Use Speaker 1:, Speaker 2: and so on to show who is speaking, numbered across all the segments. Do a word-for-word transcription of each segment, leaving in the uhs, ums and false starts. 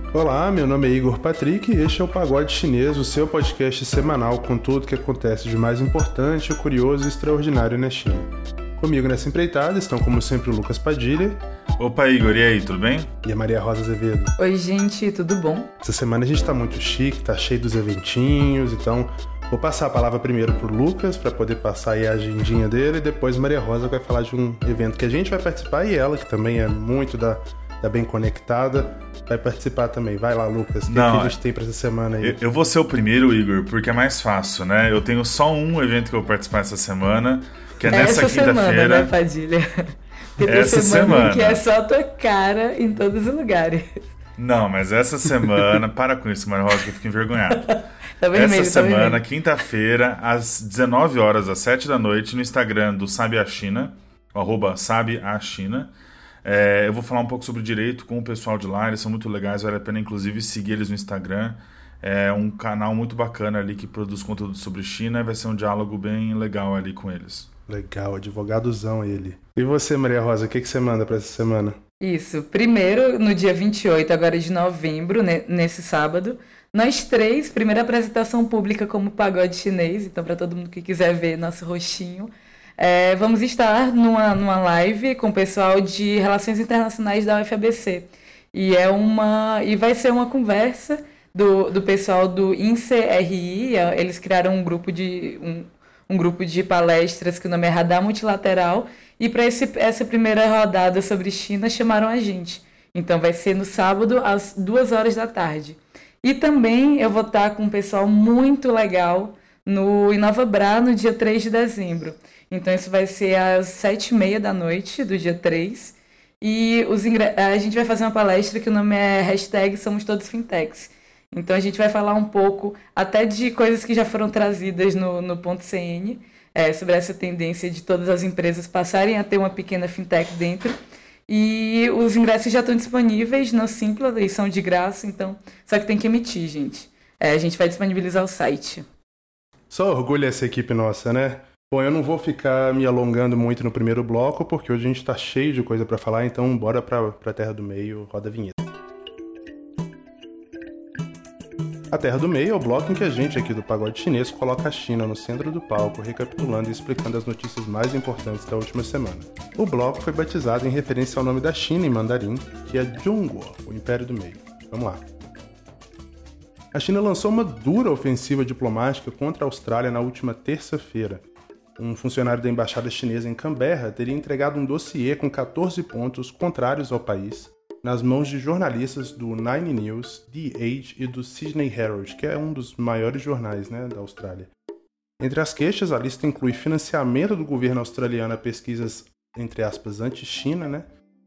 Speaker 1: Olá, meu nome é Igor Patrick e este é o Pagode Chinês, o seu podcast semanal com tudo que acontece de mais importante, curioso e extraordinário na China. Comigo nessa empreitada estão, como sempre, o Lucas Padilha.
Speaker 2: Opa, Igor, e aí, tudo bem?
Speaker 1: E a Maria Rosa Azevedo.
Speaker 3: Oi, gente, tudo bom?
Speaker 1: Essa semana a gente tá muito chique, tá cheio dos eventinhos, então vou passar a palavra primeiro pro Lucas, para poder passar aí a agendinha dele, e depois Maria Rosa vai falar de um evento que a gente vai participar e ela, que também é muito da, da Bem Conectada, vai participar também. Vai lá, Lucas, o que, que a gente tem pra essa semana aí?
Speaker 2: Eu, eu vou ser o primeiro, Igor, porque é mais fácil, né? Eu tenho só um evento que eu vou participar essa semana, que é nessa
Speaker 3: essa
Speaker 2: quinta-feira.
Speaker 3: Semana, né, Padilha? Porque
Speaker 2: essa
Speaker 3: tem semana,
Speaker 2: semana
Speaker 3: que é só a tua cara em todos os lugares.
Speaker 2: Não, mas essa semana... Para com isso, Maria Rosa, que eu fico envergonhado.
Speaker 3: Tá vermelho,
Speaker 2: essa
Speaker 3: tá
Speaker 2: semana,
Speaker 3: vermelho.
Speaker 2: quinta-feira, às dezenove horas, às sete da noite, no Instagram do Sabe a China, arroba Sabe a China. É, eu vou falar um pouco sobre direito com o pessoal de lá, eles são muito legais, vale a pena inclusive seguir eles no Instagram. É um canal muito bacana ali que produz conteúdo sobre China, vai ser um diálogo bem legal ali com eles.
Speaker 1: Legal, advogadozão ele. E você, Maria Rosa, o que, que você manda pra essa semana?
Speaker 3: Isso, primeiro, no dia vinte e oito agora de novembro, né, nesse sábado, nós três, primeira apresentação pública como Pagode Chinês, então para todo mundo que quiser ver nosso rostinho, é, vamos estar numa, numa live com o pessoal de Relações Internacionais da U F A B C. E, é uma, e vai ser uma conversa do, do pessoal do I N S E R I, eles criaram um grupo de... Um, um grupo de palestras que o nome é Radar Multilateral, e para essa primeira rodada sobre China chamaram a gente. Então vai ser no sábado às duas horas da tarde. E também eu vou estar com um pessoal muito legal no InovaBra no dia três de dezembro. Então isso vai ser às sete e meia da noite do dia três, e os ingre... a gente vai fazer uma palestra que o nome é hashtag Somos Todos Fintechs. Então a gente vai falar um pouco até de coisas que já foram trazidas no, no ponto C N, é, sobre essa tendência de todas as empresas passarem a ter uma pequena fintech dentro. E os ingressos já estão disponíveis no Simpla, eles são de graça, então só que tem que emitir, gente. É, a gente vai disponibilizar o site.
Speaker 1: Só orgulho essa equipe nossa, né? Bom, eu não vou ficar me alongando muito no primeiro bloco, porque hoje a gente tá cheio de coisa pra falar, então bora pra, pra Terra do Meio, roda a vinheta. A Terra do Meio é o bloco em que a gente aqui do Pagode Chinês coloca a China no centro do palco, recapitulando e explicando as notícias mais importantes da última semana. O bloco foi batizado em referência ao nome da China em mandarim, que é Zhongguo, o Império do Meio. Vamos lá. A China lançou uma dura ofensiva diplomática contra a Austrália na última terça-feira. Um funcionário da embaixada chinesa em Canberra teria entregado um dossiê com catorze pontos contrários ao país, nas mãos de jornalistas do Nine News, The Age e do Sydney Herald, que é um dos maiores jornais, né, da Austrália. Entre as queixas, a lista inclui financiamento do governo australiano a pesquisas, entre aspas, anti-China, né,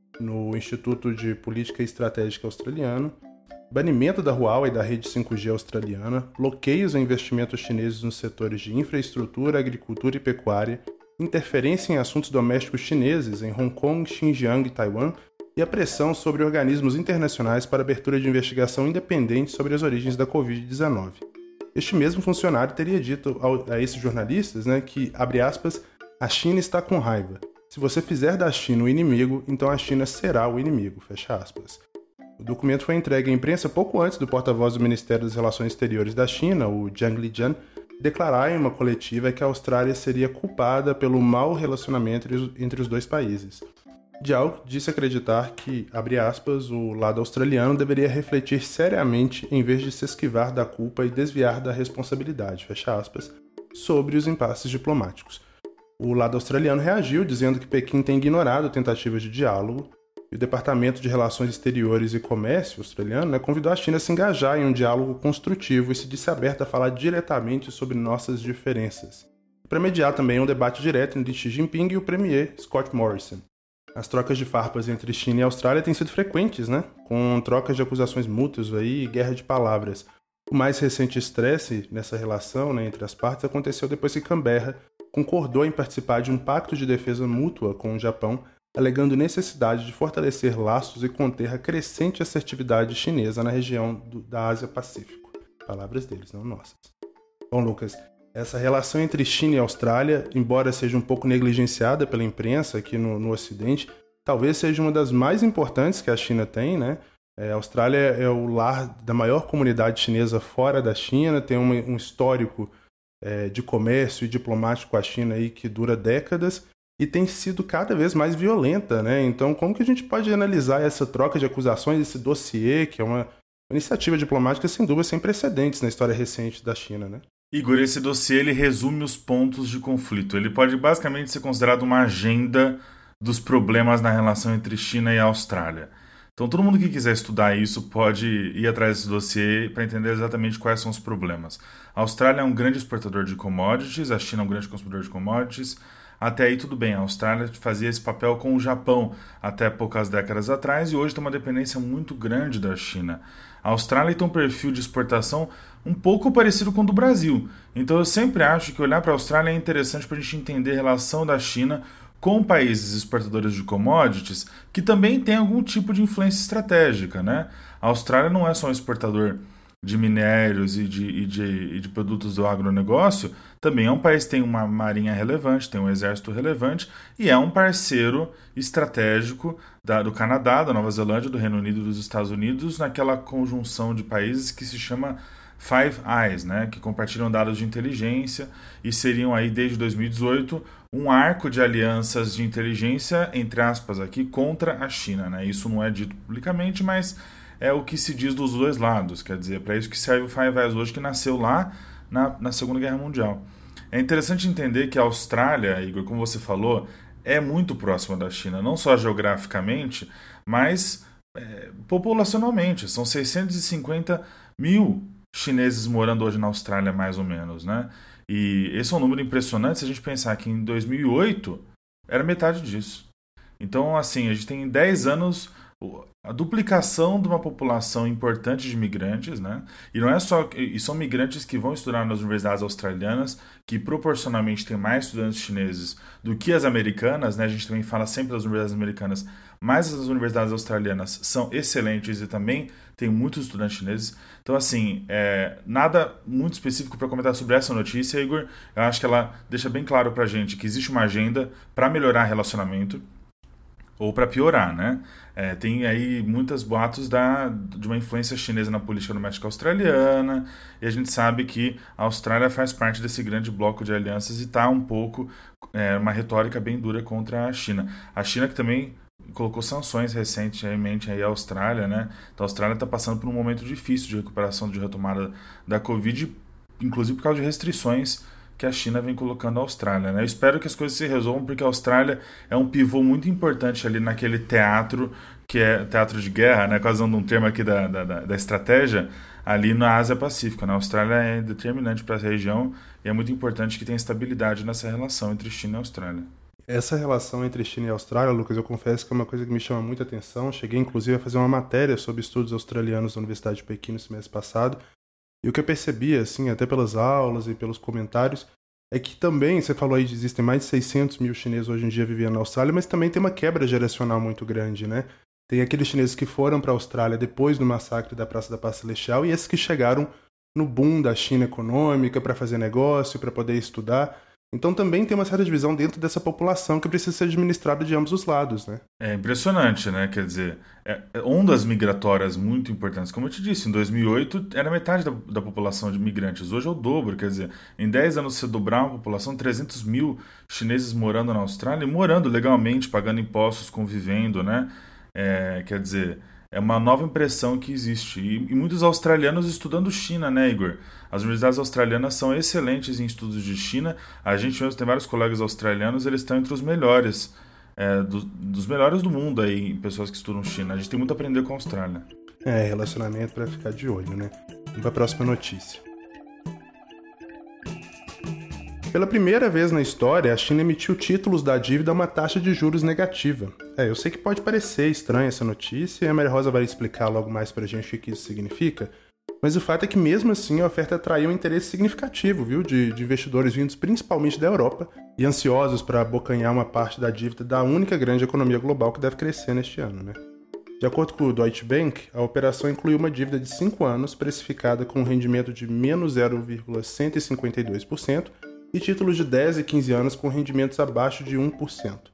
Speaker 1: no Instituto de Política Estratégica Australiano, banimento da Huawei e da rede cinco G australiana, bloqueios a investimentos chineses nos setores de infraestrutura, agricultura e pecuária, interferência em assuntos domésticos chineses em Hong Kong, Xinjiang e Taiwan, e a pressão sobre organismos internacionais para abertura de investigação independente sobre as origens da covid dezenove. Este mesmo funcionário teria dito ao, a esses jornalistas, né, que, abre aspas, a China está com raiva. Se você fizer da China o inimigo, então a China será o inimigo, fecha aspas. O documento foi entregue à imprensa pouco antes do porta-voz do Ministério das Relações Exteriores da China, o Zhang Lijian, declarar em uma coletiva que a Austrália seria culpada pelo mau relacionamento entre os dois países. Zhao disse acreditar que, abre aspas, o lado australiano deveria refletir seriamente em vez de se esquivar da culpa e desviar da responsabilidade, fecha aspas, sobre os impasses diplomáticos. O lado australiano reagiu, dizendo que Pequim tem ignorado tentativas de diálogo, e o Departamento de Relações Exteriores e Comércio australiano, né, convidou a China a se engajar em um diálogo construtivo e se disse aberta a falar diretamente sobre nossas diferenças. Para mediar também um debate direto entre Xi Jinping e o premier Scott Morrison. As trocas de farpas entre China e Austrália têm sido frequentes, né? Com trocas de acusações mútuas aí e guerra de palavras. O mais recente estresse nessa relação, né, entre as partes aconteceu depois que Canberra concordou em participar de um pacto de defesa mútua com o Japão, alegando necessidade de fortalecer laços e conter a crescente assertividade chinesa na região do, da Ásia-Pacífico. Palavras deles, não nossas. Bom, Lucas, essa relação entre China e Austrália, embora seja um pouco negligenciada pela imprensa aqui no, no Ocidente, talvez seja uma das mais importantes que a China tem, né? É, a Austrália é o lar da maior comunidade chinesa fora da China, tem um, um histórico é, de comércio e diplomático com a China aí que dura décadas e tem sido cada vez mais violenta, né? Então, como que a gente pode analisar essa troca de acusações, esse dossiê, que é uma iniciativa diplomática, sem dúvida, sem precedentes na história recente da China, né?
Speaker 2: Igor, esse dossiê ele resume os pontos de conflito. Ele pode basicamente ser considerado uma agenda dos problemas na relação entre China e Austrália. Então, todo mundo que quiser estudar isso pode ir atrás desse dossiê para entender exatamente quais são os problemas. A Austrália é um grande exportador de commodities, a China é um grande consumidor de commodities. Até aí tudo bem, a Austrália fazia esse papel com o Japão até poucas décadas atrás e hoje tem uma dependência muito grande da China. A Austrália tem um perfil de exportação um pouco parecido com o do Brasil. Então eu sempre acho que olhar para a Austrália é interessante para a gente entender a relação da China com países exportadores de commodities que também tem algum tipo de influência estratégica, né? A Austrália não é só um exportador de minérios e de, e, de, e de produtos do agronegócio, também é um país que tem uma marinha relevante, tem um exército relevante e é um parceiro estratégico da, do Canadá, da Nova Zelândia, do Reino Unido e dos Estados Unidos, naquela conjunção de países que se chama Five Eyes, né, que compartilham dados de inteligência e seriam aí desde dois mil e dezoito um arco de alianças de inteligência, entre aspas, aqui, contra a China, né? Isso não é dito publicamente, mas é o que se diz dos dois lados, quer dizer, é para isso que serve o Five Eyes hoje, que nasceu lá na, na Segunda Guerra Mundial. É interessante entender que a Austrália, Igor, como você falou, é muito próxima da China, não só geograficamente, mas é, populacionalmente. São seiscentos e cinquenta mil chineses morando hoje na Austrália, mais ou menos, né? E esse é um número impressionante se a gente pensar que em dois mil e oito era metade disso. Então, assim, a gente tem em dez anos a duplicação de uma população importante de migrantes, né? E não é só, e são migrantes que vão estudar nas universidades australianas, que proporcionalmente têm mais estudantes chineses do que as americanas, né? A gente também fala sempre das universidades americanas, mas as universidades australianas são excelentes e também tem muitos estudantes chineses. Então, assim, é, nada muito específico para comentar sobre essa notícia, Igor. Eu acho que ela deixa bem claro para a gente que existe uma agenda para melhorar relacionamento ou para piorar, né? É, tem aí muitos boatos da, de uma influência chinesa na política doméstica australiana, e a gente sabe que a Austrália faz parte desse grande bloco de alianças e está um pouco, é, uma retórica bem dura contra a China. A China que também colocou sanções recentemente aí à Austrália, né? Então a Austrália está passando por um momento difícil de recuperação, de retomada da Covid, inclusive por causa de restrições que a China vem colocando à Austrália, né? Eu espero que as coisas se resolvam, porque a Austrália é um pivô muito importante ali naquele teatro, que é teatro de guerra, né? Quase usando um termo aqui da, da, da estratégia, ali na Ásia-Pacífica, né? A Austrália é determinante para essa região e é muito importante que tenha estabilidade nessa relação entre China e Austrália.
Speaker 1: Essa relação entre China e Austrália, Lucas, eu confesso que é uma coisa que me chama muita atenção. Cheguei, inclusive, a fazer uma matéria sobre estudos australianos na Universidade de Pequim no semestre passado. E o que eu percebi, assim, até pelas aulas e pelos comentários, é que também, você falou aí, existem mais de seiscentos mil chineses hoje em dia vivendo na Austrália, mas também tem uma quebra geracional muito grande, né? Tem aqueles chineses que foram para a Austrália depois do massacre da Praça da Paz Celestial e esses que chegaram no boom da China econômica para fazer negócio, para poder estudar. Então também tem uma certa divisão dentro dessa população que precisa ser administrada de ambos os lados, né? É
Speaker 2: impressionante, né? Quer dizer, é, ondas migratórias muito importantes. Como eu te disse, em dois mil e oito era metade da, da população de migrantes. Hoje é o dobro, quer dizer, em dez anos você dobrar uma população, trezentos mil chineses morando na Austrália, e morando legalmente, pagando impostos, convivendo, né? É, quer dizer, é uma nova impressão que existe. E, e muitos australianos estudando China, né, Igor? As universidades australianas são excelentes em estudos de China. A gente mesmo tem vários colegas australianos, eles estão entre os melhores, é, do, dos melhores do mundo aí, pessoas que estudam China. A gente tem muito a aprender com a Austrália.
Speaker 1: É, relacionamento para ficar de olho, né? Vamos para a próxima notícia. Pela primeira vez na história, a China emitiu títulos da dívida a uma taxa de juros negativa. É, eu sei que pode parecer estranha essa notícia, e a Maria Rosa vai explicar logo mais pra gente o que isso significa, mas o fato é que mesmo assim a oferta atraiu um interesse significativo, viu, de, de investidores vindos principalmente da Europa e ansiosos para abocanhar uma parte da dívida da única grande economia global que deve crescer neste ano, né? De acordo com o Deutsche Bank, a operação inclui uma dívida de cinco anos precificada com um rendimento de menos zero vírgula cento e cinquenta e dois por cento e títulos de dez e quinze anos com rendimentos abaixo de um por cento.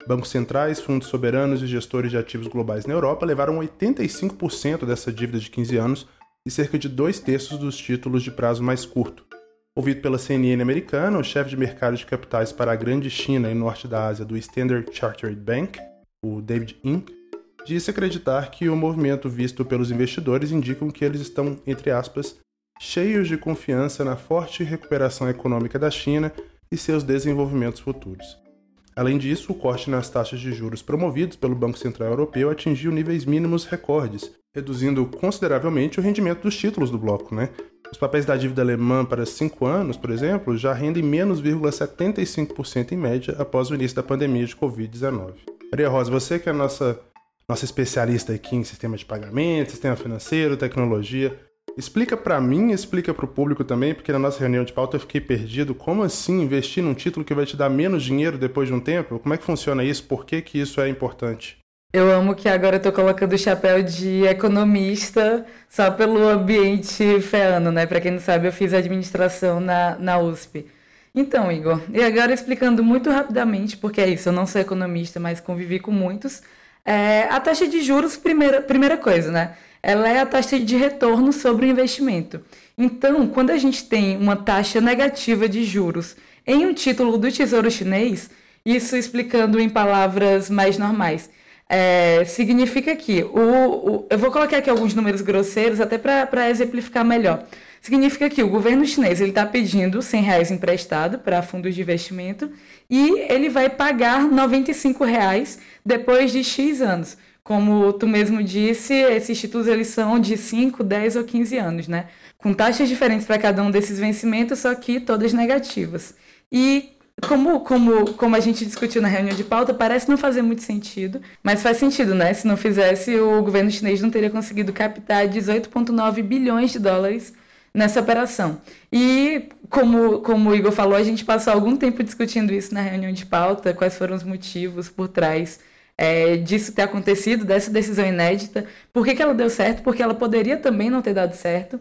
Speaker 1: Bancos centrais, fundos soberanos e gestores de ativos globais na Europa levaram oitenta e cinco por cento dessa dívida de quinze anos e cerca de dois terços dos títulos de prazo mais curto. Ouvido pela C N N americana, o chefe de mercado de capitais para a Grande China e Norte da Ásia do Standard Chartered Bank, o David Ng, disse acreditar que o movimento visto pelos investidores indica que eles estão, entre aspas, cheios de confiança na forte recuperação econômica da China e seus desenvolvimentos futuros. Além disso, o corte nas taxas de juros promovidos pelo Banco Central Europeu atingiu níveis mínimos recordes, reduzindo consideravelmente o rendimento dos títulos do bloco, né? Os papéis da dívida alemã para cinco anos, por exemplo, já rendem menos vírgula setenta e cinco por cento em média após o início da pandemia de covid dezenove. Maria Rosa, você que é a nossa, nossa especialista aqui em sistema de pagamento, sistema financeiro, tecnologia, explica para mim e explica para o público também, porque na nossa reunião de pauta eu fiquei perdido. Como assim investir num título que vai te dar menos dinheiro depois de um tempo? Como é que funciona isso? Por que que isso é importante?
Speaker 3: Eu amo que agora eu tô colocando o chapéu de economista só pelo ambiente feano, né? Para quem não sabe, eu fiz administração na, na U S P. Então, Igor, e agora explicando muito rapidamente, porque é isso, eu não sou economista, mas convivi com muitos. É, a taxa de juros, primeira, primeira coisa, né? Ela é a taxa de retorno sobre o investimento. Então, quando a gente tem uma taxa negativa de juros em um título do Tesouro Chinês, isso explicando em palavras mais normais, é, significa que, o, o, eu vou colocar aqui alguns números grosseiros até para exemplificar melhor. Significa que o governo chinês está pedindo cem reais emprestado para fundos de investimento e ele vai pagar noventa e cinco reais depois de X anos. Como tu mesmo disse, esses títulos eles são de cinco, dez ou quinze anos, né? Com taxas diferentes para cada um desses vencimentos, só que todas negativas. E como, como, como a gente discutiu na reunião de pauta, parece não fazer muito sentido, mas faz sentido, né? Se não fizesse, o governo chinês não teria conseguido captar dezoito vírgula nove bilhões de dólares nessa operação. E, como, como o Igor falou, a gente passou algum tempo discutindo isso na reunião de pauta, quais foram os motivos por trás É, disso ter acontecido, dessa decisão inédita. Por que que ela deu certo? Porque ela poderia também não ter dado certo,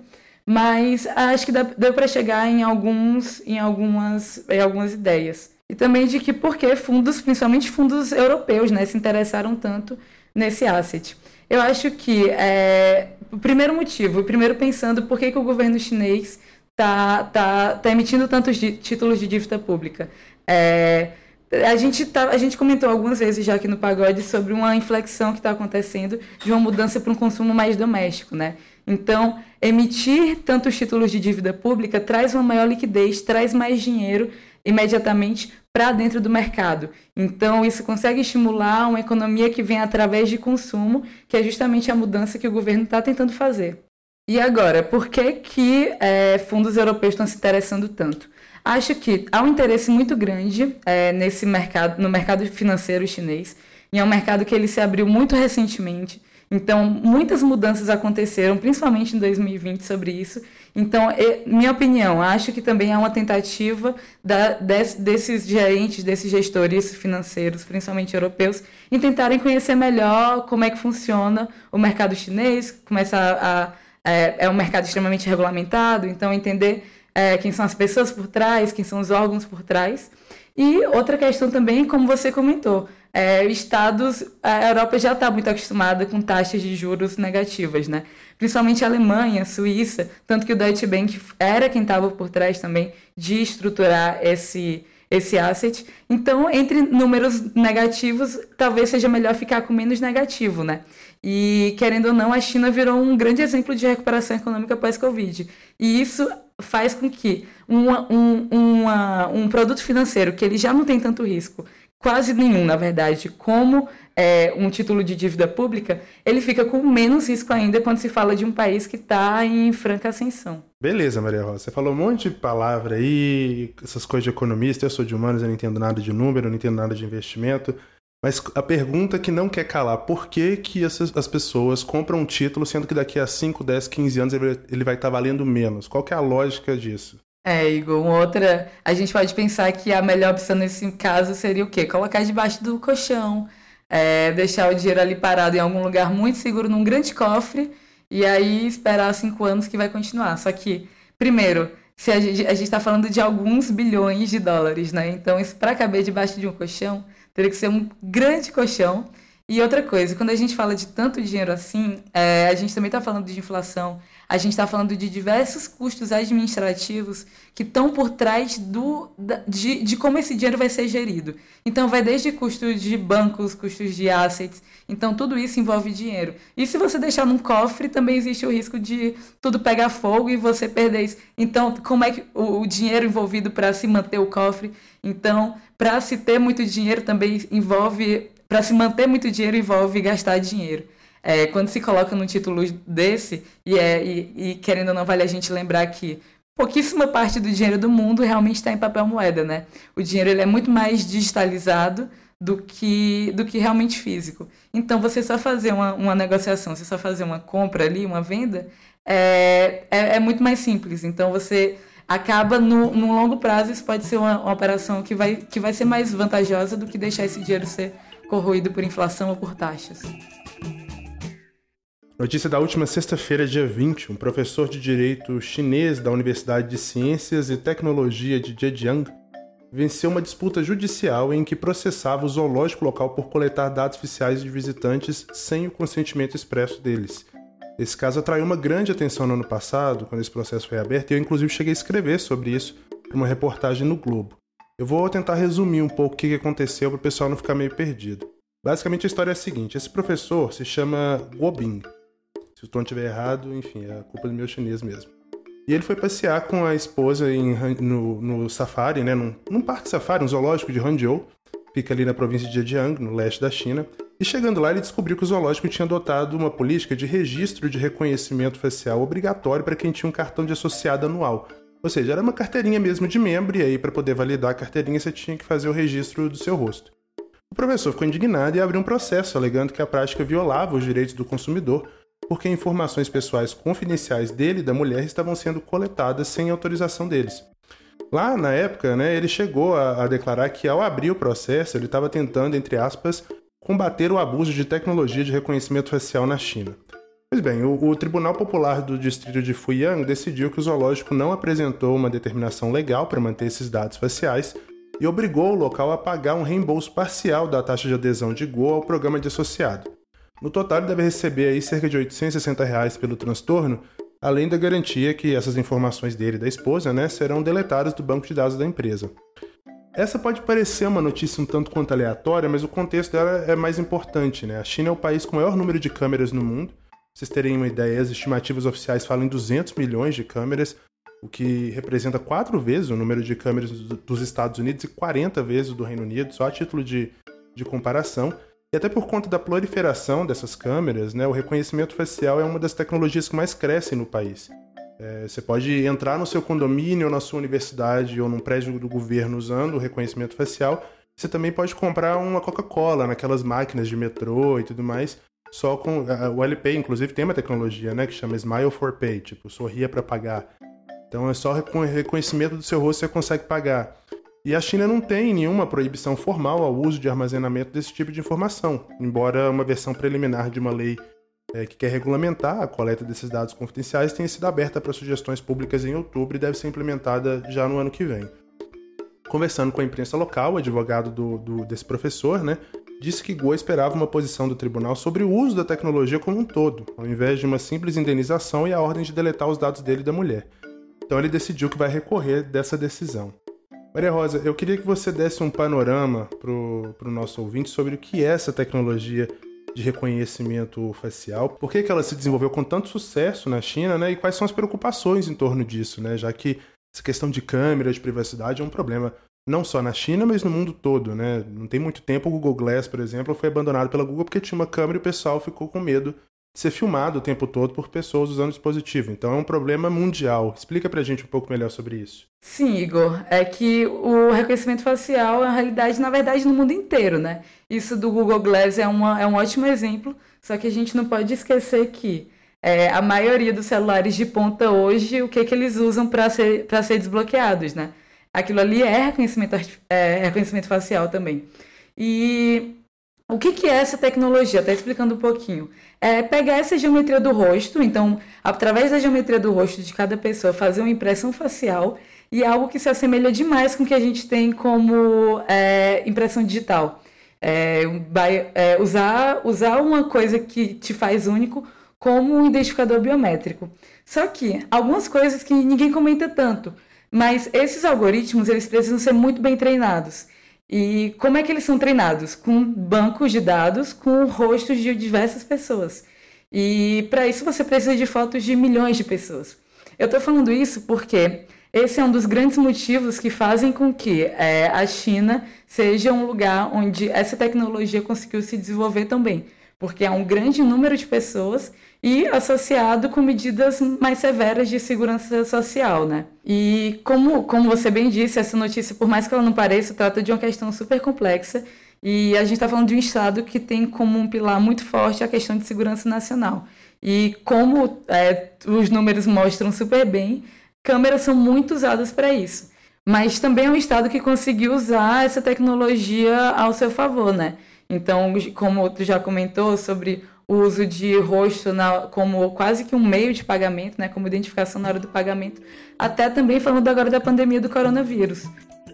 Speaker 3: mas acho que deu para chegar em, alguns, em, algumas, em algumas ideias. E também de que por que fundos, principalmente fundos europeus, né, se interessaram tanto nesse asset. Eu acho que é, o primeiro motivo, primeiro pensando por que que o governo chinês está tá, tá emitindo tantos títulos de dívida pública. É, A gente, tá, a gente comentou algumas vezes já aqui no Pagode sobre uma inflexão que está acontecendo de uma mudança para um consumo mais doméstico, né? Então, emitir tantos títulos de dívida pública traz uma maior liquidez, traz mais dinheiro imediatamente para dentro do mercado. Então, isso consegue estimular uma economia que vem através de consumo, que é justamente a mudança que o governo está tentando fazer. E agora, por que que é, fundos europeus estão se interessando tanto? Acho que há um interesse muito grande é, nesse mercado, no mercado financeiro chinês, e é um mercado que ele se abriu muito recentemente. Então, muitas mudanças aconteceram, principalmente em dois mil e vinte, sobre isso. Então, é, minha opinião, acho que também há uma tentativa da, des, desses gerentes, desses gestores financeiros, principalmente europeus, em tentarem conhecer melhor como é que funciona o mercado chinês, começar a, a é, é um mercado extremamente regulamentado, então entender É, quem são as pessoas por trás, quem são os órgãos por trás. E outra questão também, como você comentou, é, estados, a Europa já está muito acostumada com taxas de juros negativas, né? Principalmente a Alemanha, a Suíça, tanto que o Deutsche Bank era quem estava por trás também de estruturar esse, esse asset. Então, entre números negativos, talvez seja melhor ficar com menos negativo, né? E, querendo ou não, a China virou um grande exemplo de recuperação econômica pós-Covid. E isso faz com que uma, um, uma, um produto financeiro que ele já não tem tanto risco, quase nenhum, na verdade, como é, um título de dívida pública, ele fica com menos risco ainda quando se fala de um país que está em franca ascensão.
Speaker 1: Beleza, Maria Rosa. Você falou um monte de palavra aí, essas coisas de economista, eu sou de humanos, eu não entendo nada de número, eu não entendo nada de investimento. Mas a pergunta que não quer calar, por que que essas, as pessoas compram um título, sendo que daqui a cinco, dez, quinze anos ele, ele vai estar valendo menos? Qual que é a lógica disso?
Speaker 3: É, Igor, uma outra... A gente pode pensar que a melhor opção nesse caso seria o quê? Colocar debaixo do colchão, é, deixar o dinheiro ali parado em algum lugar muito seguro, num grande cofre, e aí esperar cinco anos que vai continuar. Só que, primeiro, se a gente a está falando de alguns bilhões de dólares, né? Então, isso para caber debaixo de um colchão... Teria que ser um grande colchão. E outra coisa, quando a gente fala de tanto dinheiro assim, é, a gente também está falando de inflação, a gente está falando de diversos custos administrativos que estão por trás do, de, de como esse dinheiro vai ser gerido. Então, vai desde custos de bancos, custos de assets. Então, tudo isso envolve dinheiro. E se você deixar num cofre, também existe o risco de tudo pegar fogo e você perder isso. Então, como é que o, o dinheiro envolvido para se manter o cofre? Então, para se ter muito dinheiro também envolve... Para se manter muito dinheiro envolve gastar dinheiro. É, quando se coloca num título desse, e, é, e, e querendo ou não, vale a gente lembrar que pouquíssima parte do dinheiro do mundo realmente está em papel moeda, né? O dinheiro ele é muito mais digitalizado do que, do que realmente físico. Então, você só fazer uma, uma negociação, você só fazer uma compra ali, uma venda, é, é, é muito mais simples. Então, você acaba, no, no longo prazo, isso pode ser uma, uma operação que vai, que vai ser mais vantajosa do que deixar esse dinheiro ser corroído por inflação ou por taxas.
Speaker 1: Notícia da última sexta-feira, dia vinte, um professor de direito chinês da Universidade de Ciências e Tecnologia de Zhejiang venceu uma disputa judicial em que processava o zoológico local por coletar dados oficiais de visitantes sem o consentimento expresso deles. Esse caso atraiu uma grande atenção no ano passado, quando esse processo foi aberto, e eu inclusive cheguei a escrever sobre isso para uma reportagem no Globo. Eu vou tentar resumir um pouco o que aconteceu para o pessoal não ficar meio perdido. Basicamente a história é a seguinte, esse professor se chama Guo Bing. Se o tom estiver errado, enfim, é a culpa do meu chinês mesmo. E ele foi passear com a esposa em, no, no safari, né, num, num parque safari, um zoológico de Hangzhou, fica ali na província de Zhejiang, no leste da China, e chegando lá ele descobriu que o zoológico tinha adotado uma política de registro de reconhecimento facial obrigatório para quem tinha um cartão de associado anual. Ou seja, era uma carteirinha mesmo de membro, e aí para poder validar a carteirinha você tinha que fazer o registro do seu rosto. O professor ficou indignado e abriu um processo alegando que a prática violava os direitos do consumidor, porque informações pessoais confidenciais dele e da mulher estavam sendo coletadas sem autorização deles. Lá, na época, né, ele chegou a, a declarar que ao abrir o processo, ele estava tentando, entre aspas, combater o abuso de tecnologia de reconhecimento facial na China. Pois bem, o, o Tribunal Popular do Distrito de Fuyang decidiu que o zoológico não apresentou uma determinação legal para manter esses dados faciais e obrigou o local a pagar um reembolso parcial da taxa de adesão de Guo ao programa de associado. No total, ele deve receber aí cerca de oitocentos e sessenta reais pelo transtorno, além da garantia que essas informações dele e da esposa, né, serão deletadas do banco de dados da empresa. Essa pode parecer uma notícia um tanto quanto aleatória, mas o contexto dela é mais importante, né? A China é o país com o maior número de câmeras no mundo. Pra vocês terem uma ideia, as estimativas oficiais falam em duzentos milhões de câmeras, o que representa quatro vezes o número de câmeras dos Estados Unidos e quarenta vezes o do Reino Unido, só a título de, de comparação. E até por conta da proliferação dessas câmeras, né, o reconhecimento facial é uma das tecnologias que mais crescem no país. É, você pode entrar no seu condomínio, ou na sua universidade, ou num prédio do governo usando o reconhecimento facial. Você também pode comprar uma Coca-Cola naquelas máquinas de metrô e tudo mais. Só com o Alipay, inclusive, tem uma tecnologia, né, que chama Smile for Pay, tipo, sorria para pagar. Então é só com reconhecimento do seu rosto você consegue pagar. E a China não tem nenhuma proibição formal ao uso de armazenamento desse tipo de informação, embora uma versão preliminar de uma lei é, que quer regulamentar a coleta desses dados confidenciais tenha sido aberta para sugestões públicas em outubro e deve ser implementada já no ano que vem. Conversando com a imprensa local, o advogado do, do, desse professor, né, disse que Guo esperava uma posição do tribunal sobre o uso da tecnologia como um todo, ao invés de uma simples indenização e a ordem de deletar os dados dele e da mulher. Então ele decidiu que vai recorrer dessa decisão. Maria Rosa, eu queria que você desse um panorama para o nosso ouvinte sobre o que é essa tecnologia de reconhecimento facial, por que, que ela se desenvolveu com tanto sucesso na China, né, e quais são as preocupações em torno disso, né, já que essa questão de câmera, de privacidade é um problema não só na China, mas no mundo todo. Né? Não tem muito tempo o Google Glass, por exemplo, foi abandonado pela Google porque tinha uma câmera e o pessoal ficou com medo de ser filmado o tempo todo por pessoas usando o dispositivo. Então é um problema mundial. Explica pra gente um pouco melhor sobre isso.
Speaker 3: Sim, Igor. É que o reconhecimento facial é uma realidade, na verdade, no mundo inteiro, né? Isso do Google Glass é, uma, é um ótimo exemplo, só que a gente não pode esquecer que é, a maioria dos celulares de ponta hoje, o que, que eles usam para ser, para ser desbloqueados, né? Aquilo ali é reconhecimento, é reconhecimento facial também. E o que, que é essa tecnologia? Até explicando um pouquinho. É pegar essa geometria do rosto, então, através da geometria do rosto de cada pessoa, fazer uma impressão facial e algo que se assemelha demais com o que a gente tem como é, impressão digital. É, é, usar, usar uma coisa que te faz único como um identificador biométrico. Só que algumas coisas que ninguém comenta tanto, mas esses algoritmos eles precisam ser muito bem treinados. E como é que eles são treinados? Com bancos de dados com rostos de diversas pessoas. E para isso você precisa de fotos de milhões de pessoas. Eu estou falando isso porque esse é um dos grandes motivos que fazem com que é, a China seja um lugar onde essa tecnologia conseguiu se desenvolver também. Porque há um grande número de pessoas e associado com medidas mais severas de segurança social, né? E como, como você bem disse, essa notícia, por mais que ela não pareça, trata de uma questão super complexa e a gente está falando de um Estado que tem como um pilar muito forte a questão de segurança nacional. E como é, os números mostram super bem, câmeras são muito usadas para isso. Mas também é um Estado que conseguiu usar essa tecnologia ao seu favor, né? Então, como tu já comentou sobre o uso de rosto na, como quase que um meio de pagamento, né, como identificação na hora do pagamento, até também falando agora da pandemia do coronavírus.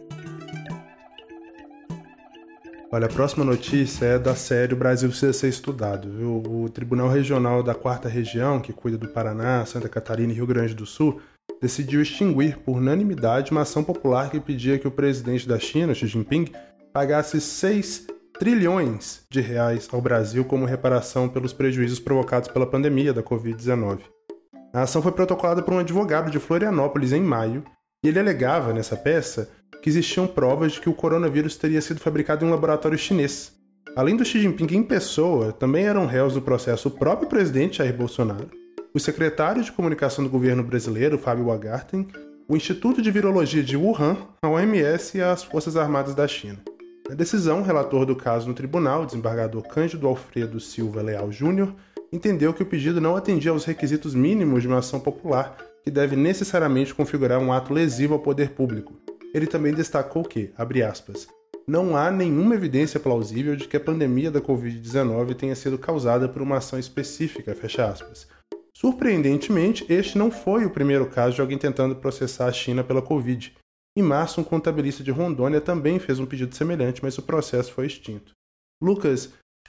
Speaker 1: Olha, a próxima notícia é da série O Brasil Precisa Ser Estudado. Viu? O Tribunal Regional da Quarta Região, que cuida do Paraná, Santa Catarina e Rio Grande do Sul, decidiu extinguir por unanimidade uma ação popular que pedia que o presidente da China, Xi Jinping, pagasse seis trilhões de reais ao Brasil como reparação pelos prejuízos provocados pela pandemia da covid dezenove. A ação foi protocolada por um advogado de Florianópolis em maio e ele alegava nessa peça que existiam provas de que o coronavírus teria sido fabricado em um laboratório chinês. Além do Xi Jinping em pessoa, também eram réus do processo o próprio presidente Jair Bolsonaro, o secretário de comunicação do governo brasileiro, Fábio Weingarten, o Instituto de Virologia de Wuhan, a O M S e as Forças Armadas da China. Na decisão, o relator do caso no tribunal, o desembargador Cândido Alfredo Silva Leal Júnior, entendeu que o pedido não atendia aos requisitos mínimos de uma ação popular, que deve necessariamente configurar um ato lesivo ao poder público. Ele também destacou que, abre aspas, não há nenhuma evidência plausível de que a pandemia da covid dezenove tenha sido causada por uma ação específica, fecha aspas. Surpreendentemente, este não foi o primeiro caso de alguém tentando processar a China pela Covid. Em março, um contabilista de Rondônia também fez um pedido semelhante, mas o processo foi extinto. Lucas,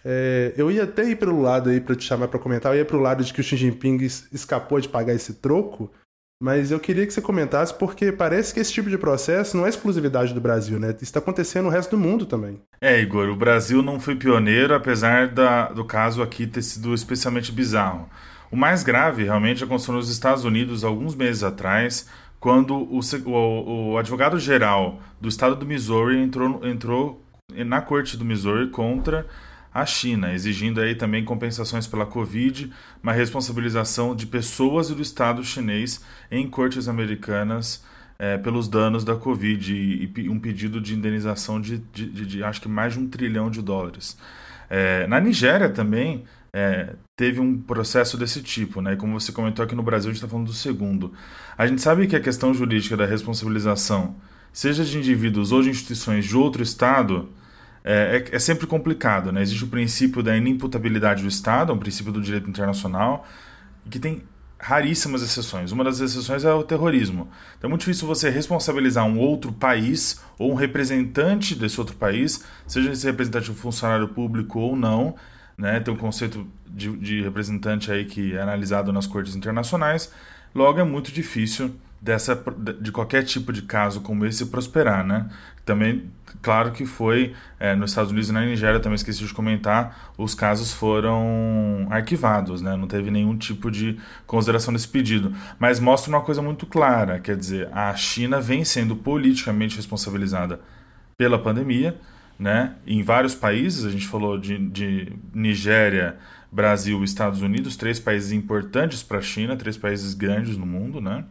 Speaker 1: é, eu ia até ir pelo lado aí para te chamar para comentar, eu ia para o lado de que o Xi Jinping escapou de pagar esse troco, mas eu queria que você comentasse porque parece que esse tipo de processo não é exclusividade do Brasil, né? Isso está acontecendo no resto do mundo também.
Speaker 2: É, Igor, o Brasil não foi pioneiro, apesar da, do caso aqui ter sido especialmente bizarro. O mais grave, realmente, aconteceu nos Estados Unidos alguns meses atrás, quando o, o, o advogado-geral do estado do Missouri entrou, entrou na corte do Missouri contra a China, exigindo aí também compensações pela Covid, uma responsabilização de pessoas e do Estado chinês em cortes americanas é, pelos danos da Covid e, e um pedido de indenização de, de, de, de acho que mais de um trilhão de dólares. É, na Nigéria também é, teve um processo desse tipo, né? Como você comentou aqui no Brasil, a gente está falando do segundo. A gente sabe que a questão jurídica da responsabilização, seja de indivíduos ou de instituições de outro Estado, é, é, é sempre complicado, né? Existe o princípio da inimputabilidade do Estado, um princípio do direito internacional, que tem raríssimas exceções. Uma das exceções é o terrorismo. Então é muito difícil você responsabilizar um outro país ou um representante desse outro país, seja esse representante um funcionário público ou não, né? Tem um conceito de, de representante aí que é analisado nas cortes internacionais. Logo, é muito difícil dessa, de qualquer tipo de caso como esse prosperar, né? Também, claro que foi é, nos Estados Unidos e na Nigéria, também esqueci de comentar, os casos foram arquivados, né? Não teve nenhum tipo de consideração desse pedido. Mas mostra uma coisa muito clara, quer dizer, a China vem sendo politicamente responsabilizada pela pandemia, né? Em vários países, a gente falou de, de Nigéria, Brasil e Estados Unidos, três países importantes para a China, três países grandes no mundo, né?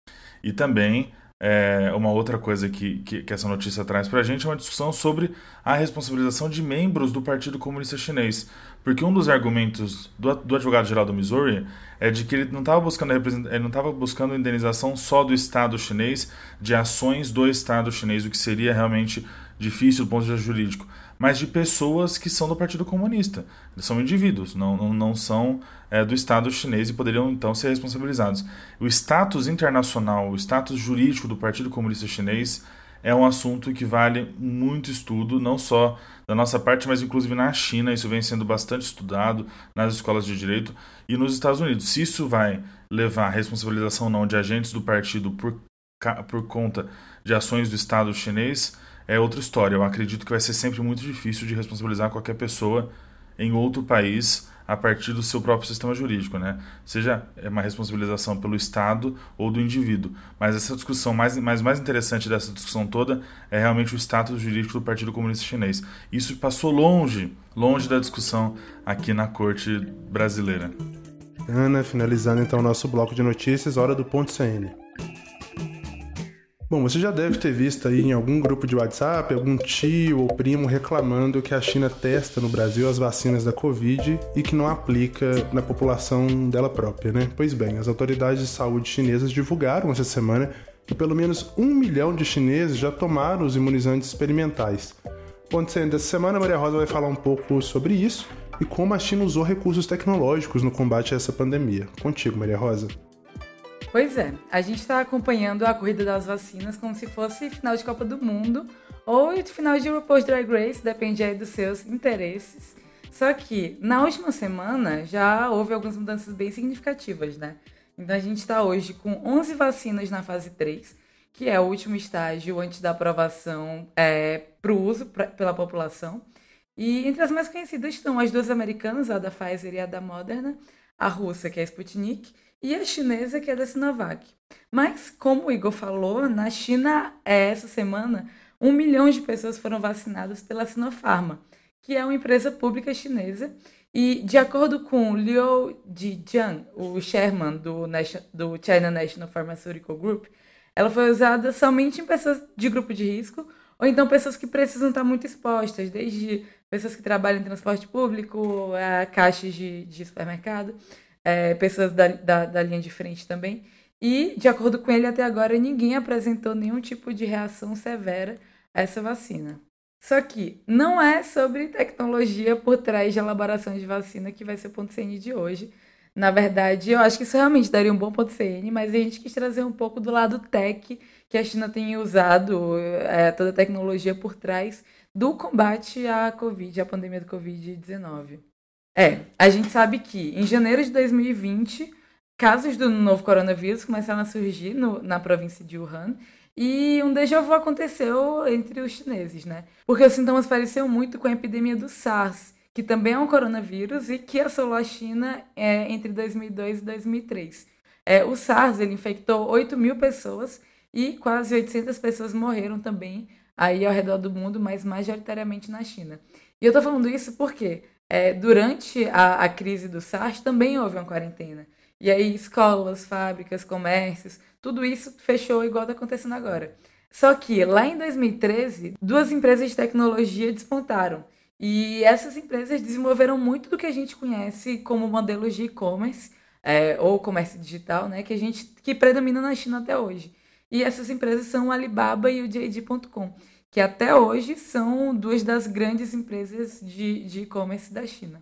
Speaker 2: E também é, uma outra coisa que, que, que essa notícia traz para a gente é uma discussão sobre a responsabilização de membros do Partido Comunista Chinês. Porque um dos argumentos do, do advogado-geral do Missouri é de que ele não estava buscando, ele não estava buscando indenização só do Estado chinês, de ações do Estado chinês, o que seria realmente difícil do ponto de vista jurídico, mas de pessoas que são do Partido Comunista. Eles são indivíduos, não, não, não são é, do Estado chinês e poderiam então ser responsabilizados. O status internacional, o status jurídico do Partido Comunista Chinês é um assunto que vale muito estudo, não só da nossa parte, mas inclusive na China. Isso vem sendo bastante estudado nas escolas de direito e nos Estados Unidos. Se isso vai levar a responsabilização ou não de agentes do partido por, por conta de ações do Estado chinês, é outra história. Eu acredito que vai ser sempre muito difícil de responsabilizar qualquer pessoa em outro país a partir do seu próprio sistema jurídico, né? Seja uma responsabilização pelo Estado ou do indivíduo. Mas essa discussão, mais, mais, mais interessante dessa discussão toda é realmente o status jurídico do Partido Comunista Chinês. Isso passou longe, longe da discussão aqui na corte brasileira.
Speaker 1: Ana, finalizando então o nosso bloco de notícias, hora do ponto C N. Bom, você já deve ter visto aí em algum grupo de WhatsApp, algum tio ou primo reclamando que a China testa no Brasil as vacinas da Covid e que não aplica na população dela própria, né? Pois bem, as autoridades de saúde chinesas divulgaram essa semana que pelo menos um milhão de chineses já tomaram os imunizantes experimentais. Ponto C N dessa semana, a Maria Rosa vai falar um pouco sobre isso e como a China usou recursos tecnológicos no combate a essa pandemia. Contigo, Maria Rosa.
Speaker 3: Pois é, a gente está acompanhando a corrida das vacinas como se fosse final de Copa do Mundo ou final de RuPaul's Drag Race, depende aí dos seus interesses. Só que na última semana já houve algumas mudanças bem significativas, né? Então a gente está hoje com onze vacinas na fase três, que é o último estágio antes da aprovação é, para o uso pra, pela população. E entre as mais conhecidas estão as duas americanas, a da Pfizer e a da Moderna, a russa, que é a Sputnik, e a chinesa, que é da Sinovac. Mas, como o Igor falou, na China, essa semana, um milhão de pessoas foram vacinadas pela Sinopharma, que é uma empresa pública chinesa. E, de acordo com Liu Jijian, o chairman do, do China National Pharmaceutical Group, ela foi usada somente em pessoas de grupo de risco, ou então pessoas que precisam estar muito expostas, desde pessoas que trabalham em transporte público, a caixas de, de supermercado, É, pessoas da, da, da linha de frente também. E, de acordo com ele, até agora ninguém apresentou nenhum tipo de reação severa a essa vacina. Só que não é sobre tecnologia por trás de elaboração de vacina que vai ser o ponto C N de hoje. Na verdade, eu acho que isso realmente daria um bom ponto C N, mas a gente quis trazer um pouco do lado tech que a China tem usado, é, toda a tecnologia por trás do combate à Covid, à pandemia do covid dezenove. É, a gente sabe que em janeiro de dois mil e vinte, casos do novo coronavírus começaram a surgir no, na província de Wuhan e um déjà vu aconteceu entre os chineses, né? Porque os sintomas pareciam muito com a epidemia do SARS, que também é um coronavírus e que assolou a China é, entre dois mil e dois e dois mil e três. É, o SARS ele infectou oito mil pessoas e quase oitocentas pessoas morreram também aí ao redor do mundo, mas majoritariamente na China. E eu tô falando isso porque É, durante a, a crise do SARS também houve uma quarentena. E aí escolas, fábricas, comércios, tudo isso fechou igual está acontecendo agora. Só que lá em dois mil e treze, duas empresas de tecnologia despontaram. E essas empresas desenvolveram muito do que a gente conhece como modelos de e-commerce, é, ou comércio digital, né, que, a gente, que predomina na China até hoje. E essas empresas são o Alibaba e o J D ponto com. Que até hoje são duas das grandes empresas de, de e-commerce da China.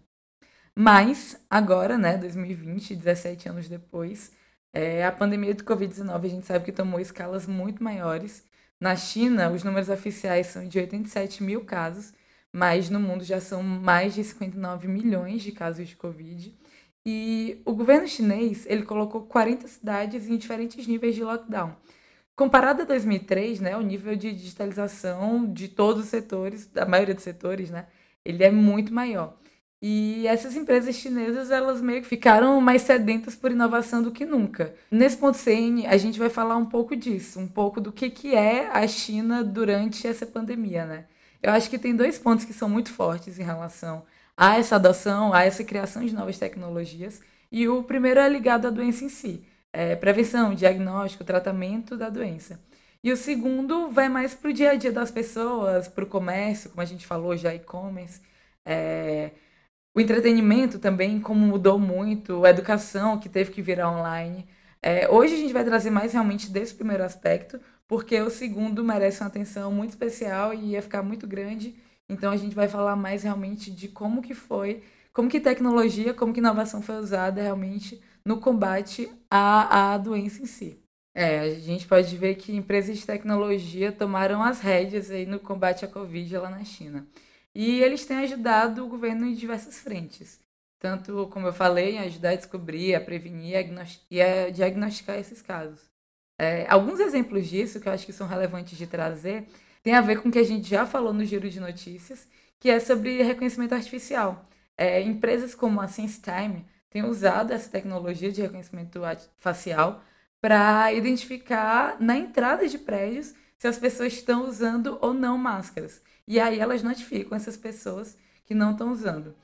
Speaker 3: Mas, agora, né, dois mil e vinte, dezessete anos depois, é, a pandemia do covid dezenove a gente sabe que tomou escalas muito maiores. Na China, os números oficiais são de oitenta e sete mil casos, mas no mundo já são mais de cinquenta e nove milhões de casos de Covid. E o governo chinês ele colocou quarenta cidades em diferentes níveis de lockdown. Comparado a dois mil e três, né, o nível de digitalização de todos os setores, da maioria dos setores, né, ele é muito maior. E essas empresas chinesas, elas meio que ficaram mais sedentas por inovação do que nunca. Nesse ponto C N, a gente vai falar um pouco disso, um pouco do que, que é a China durante essa pandemia, né? Eu acho que tem dois pontos que são muito fortes em relação a essa adoção, a essa criação de novas tecnologias. E o primeiro é ligado à doença em si. É, prevenção, diagnóstico, tratamento da doença. E o segundo vai mais para o dia a dia das pessoas, para o comércio, como a gente falou já, e-commerce, é, o entretenimento também, como mudou muito, a educação, que teve que virar online. É, hoje a gente vai trazer mais realmente desse primeiro aspecto, porque o segundo merece uma atenção muito especial e ia ficar muito grande, então a gente vai falar mais realmente de como que foi, como que tecnologia, como que inovação foi usada realmente no combate à, à doença em si. É, a gente pode ver que empresas de tecnologia tomaram as rédeas aí no combate à Covid lá na China. E eles têm ajudado o governo em diversas frentes. Tanto, como eu falei, em ajudar a descobrir, a prevenir e a agnos- e a diagnosticar esses casos. É, alguns exemplos disso, que eu acho que são relevantes de trazer, tem a ver com o que a gente já falou no Giro de Notícias, que é sobre reconhecimento artificial. É, empresas como a SenseTime têm usado essa tecnologia de reconhecimento at- facial para identificar na entrada de prédios se as pessoas estão usando ou não máscaras. E aí elas notificam essas pessoas que não estão usando.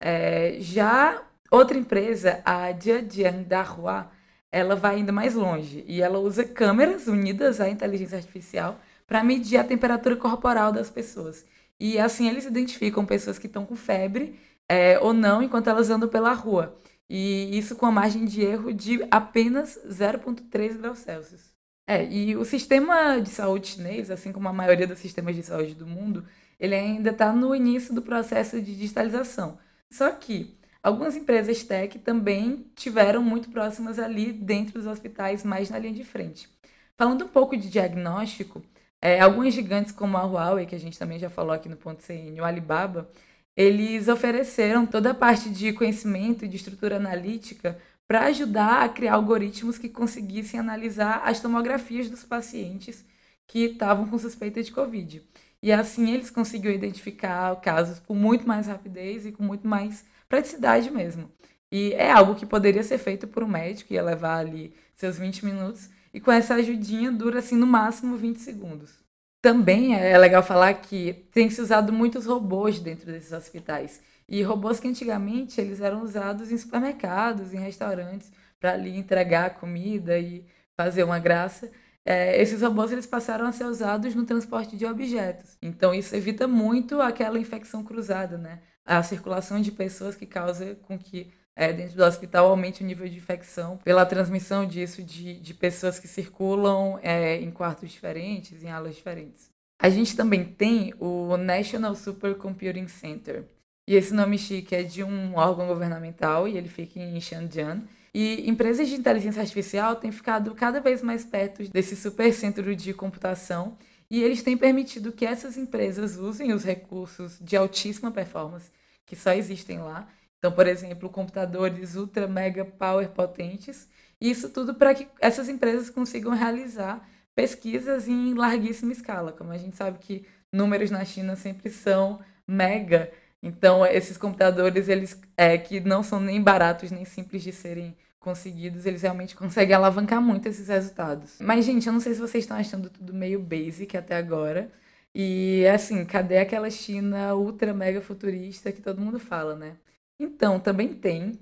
Speaker 3: É, já outra empresa, a Jiajiang Dahua, ela vai ainda mais longe e ela usa câmeras unidas à inteligência artificial para medir a temperatura corporal das pessoas. E assim eles identificam pessoas que estão com febre é, ou não enquanto elas andam pela rua. E isso com a margem de erro de apenas zero vírgula três graus Celsius. É, e o sistema de saúde chinês, assim como a maioria dos sistemas de saúde do mundo, ele ainda está no início do processo de digitalização. Só que algumas empresas tech também tiveram muito próximas ali dentro dos hospitais, mais na linha de frente. Falando um pouco de diagnóstico, é, alguns gigantes como a Huawei, que a gente também já falou aqui no ponto C N, o Alibaba, eles ofereceram toda a parte de conhecimento e de estrutura analítica para ajudar a criar algoritmos que conseguissem analisar as tomografias dos pacientes que estavam com suspeita de Covid. E assim eles conseguiram identificar casos com muito mais rapidez e com muito mais praticidade mesmo. E é algo que poderia ser feito por um médico, ia levar ali seus vinte minutos, e com essa ajudinha dura assim no máximo vinte segundos. Também é legal falar que tem se usado muitos robôs dentro desses hospitais. E robôs que antigamente eles eram usados em supermercados, em restaurantes, para ali entregar comida e fazer uma graça. É, esses robôs eles passaram a ser usados no transporte de objetos. Então isso evita muito aquela infecção cruzada, né? A circulação de pessoas que causa com que é, dentro do hospital aumente o nível de infecção pela transmissão disso de, de pessoas que circulam é, em quartos diferentes, em alas diferentes. A gente também tem o National Supercomputing Center. E esse nome chique é de um órgão governamental e ele fica em Shenzhen. E empresas de inteligência artificial têm ficado cada vez mais perto desse supercentro de computação e eles têm permitido que essas empresas usem os recursos de altíssima performance que só existem lá. Então, por exemplo, computadores ultra mega power potentes. E isso tudo para que essas empresas consigam realizar pesquisas em larguíssima escala. Como a gente sabe que números na China sempre são mega. Então, esses computadores, eles é, que não são nem baratos, nem simples de serem conseguidos, eles realmente conseguem alavancar muito esses resultados. Mas, gente, eu não sei se vocês estão achando tudo meio basic até agora. E, assim, cadê aquela China ultra mega futurista que todo mundo fala, né? Então, também tem.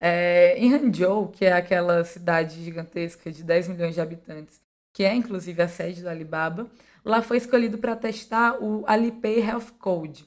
Speaker 3: É, em Hangzhou, que é aquela cidade gigantesca de dez milhões de habitantes, que é inclusive a sede do Alibaba, lá foi escolhido para testar o Alipay Health Code.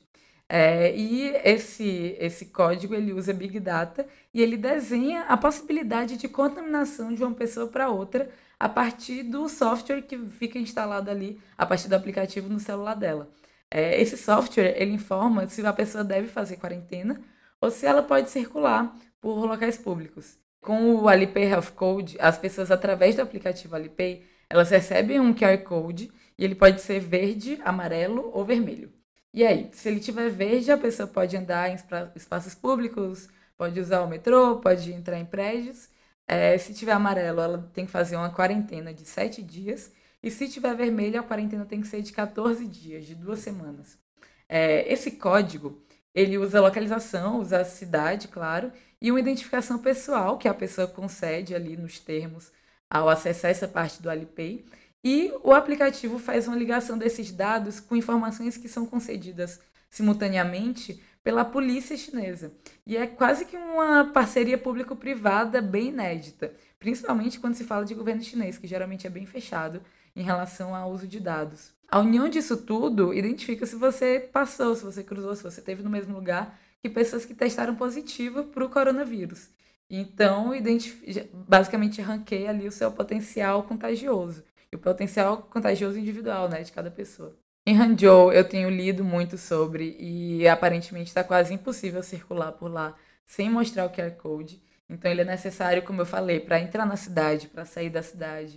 Speaker 3: É, e esse, esse código ele usa Big Data e ele desenha a possibilidade de contaminação de uma pessoa para outra a partir do software que fica instalado ali, a partir do aplicativo no celular dela. É, esse software ele informa se a pessoa deve fazer quarentena ou se ela pode circular por locais públicos. Com o Alipay Health Code, as pessoas através do aplicativo Alipay, elas recebem um Q R Code e ele pode ser verde, amarelo ou vermelho. E aí, se ele tiver verde, a pessoa pode andar em espaços públicos, pode usar o metrô, pode entrar em prédios. É, se tiver amarelo, ela tem que fazer uma quarentena de sete dias. E se tiver vermelho, a quarentena tem que ser de quatorze dias, de duas semanas. É, esse código, ele usa localização, usa a cidade, claro, e uma identificação pessoal que a pessoa concede ali nos termos ao acessar essa parte do Alipay. E o aplicativo faz uma ligação desses dados com informações que são concedidas simultaneamente pela polícia chinesa. E é quase que uma parceria público-privada bem inédita, principalmente quando se fala de governo chinês, que geralmente é bem fechado em relação ao uso de dados. A união disso tudo identifica se você passou, se você cruzou, se você esteve no mesmo lugar que pessoas que testaram positivo para o coronavírus. Então, basicamente, ranqueia ali o seu potencial contagioso. E o potencial contagioso individual, né, de cada pessoa. Em Hangzhou, eu tenho lido muito sobre e aparentemente está quase impossível circular por lá sem mostrar o Q R Code. Então, ele é necessário, como eu falei, para entrar na cidade, para sair da cidade,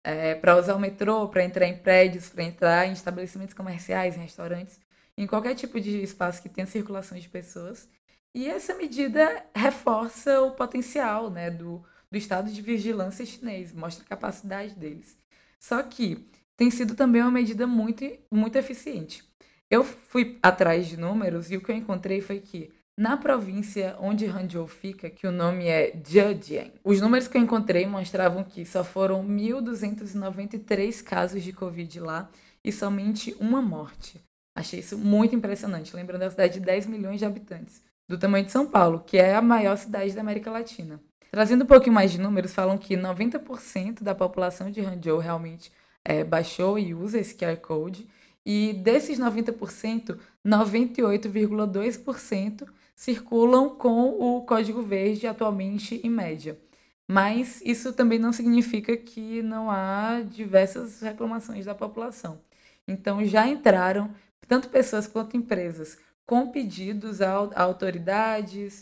Speaker 3: é, para usar o metrô, para entrar em prédios, para entrar em estabelecimentos comerciais, em restaurantes, em qualquer tipo de espaço que tenha circulação de pessoas. E essa medida reforça o potencial, né, do, do estado de vigilância chinês, mostra a capacidade deles. Só que tem sido também uma medida muito, muito eficiente. Eu fui atrás de números e o que eu encontrei foi que na província onde Hangzhou fica, que o nome é Zhejiang, os números que eu encontrei mostravam que só foram mil duzentos e noventa e três casos de Covid lá e somente uma morte. Achei isso muito impressionante, lembrando da cidade de dez milhões de habitantes, do tamanho de São Paulo, que é a maior cidade da América Latina. Trazendo um pouquinho mais de números, falam que noventa por cento da população de Hangzhou realmente é, baixou e usa esse Q R Code, e desses noventa por cento, noventa e oito vírgula dois por cento circulam com o código verde atualmente em média. Mas isso também não significa que não há diversas reclamações da população. Então já entraram tanto pessoas quanto empresas com pedidos a autoridades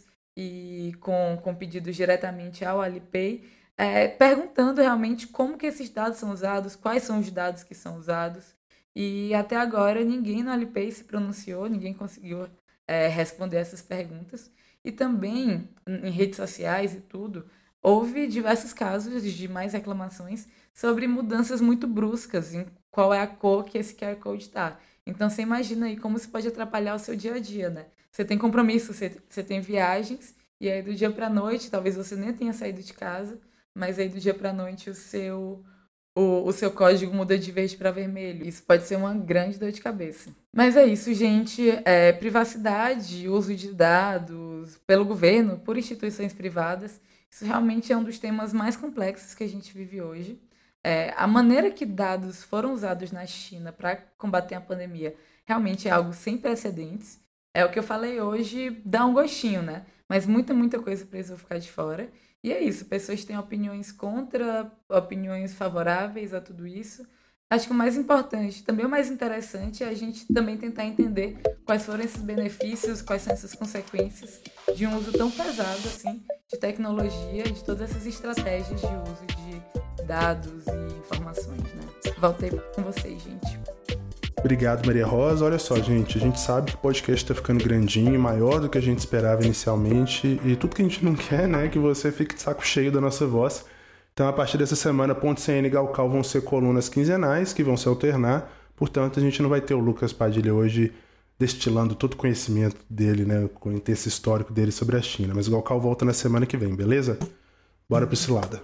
Speaker 3: e com, com pedidos diretamente ao Alipay, é, perguntando realmente como que esses dados são usados, quais são os dados que são usados. E até agora ninguém no Alipay se pronunciou, ninguém conseguiu é, responder essas perguntas. E também em redes sociais e tudo, houve diversos casos de mais reclamações sobre mudanças muito bruscas em qual é a cor que esse Q R Code está. Então você imagina aí como isso pode atrapalhar o seu dia a dia, né? Você tem compromisso, você, você tem viagens, e aí do dia para a noite, talvez você nem tenha saído de casa, mas aí do dia para a noite o seu, o, o seu código muda de verde para vermelho. Isso pode ser uma grande dor de cabeça. Mas é isso, gente. É, privacidade, uso de dados pelo governo, por instituições privadas, isso realmente é um dos temas mais complexos que a gente vive hoje. É, a maneira que dados foram usados na China para combater a pandemia realmente é algo sem precedentes. É o que eu falei hoje, dá um gostinho, né? Mas muita, muita coisa precisou ficar de fora. E é isso, pessoas têm opiniões contra, opiniões favoráveis a tudo isso. Acho que o mais importante, também o mais interessante, é a gente também tentar entender quais foram esses benefícios, quais são essas consequências de um uso tão pesado assim de tecnologia, de todas essas estratégias de uso de dados e informações, né? Voltei com vocês, gente.
Speaker 1: Obrigado, Maria Rosa. Olha só, gente, a gente sabe que o podcast está ficando grandinho, maior do que a gente esperava inicialmente, e tudo que a gente não quer, né, é que você fique de saco cheio da nossa voz. Então, a partir dessa semana, Ponto C N e Galcal vão ser colunas quinzenais, que vão se alternar. Portanto, a gente não vai ter o Lucas Padilha hoje destilando todo o conhecimento dele, né, com esse histórico dele sobre a China. Mas o Galcal volta na semana que vem, beleza? Bora pro Cilada.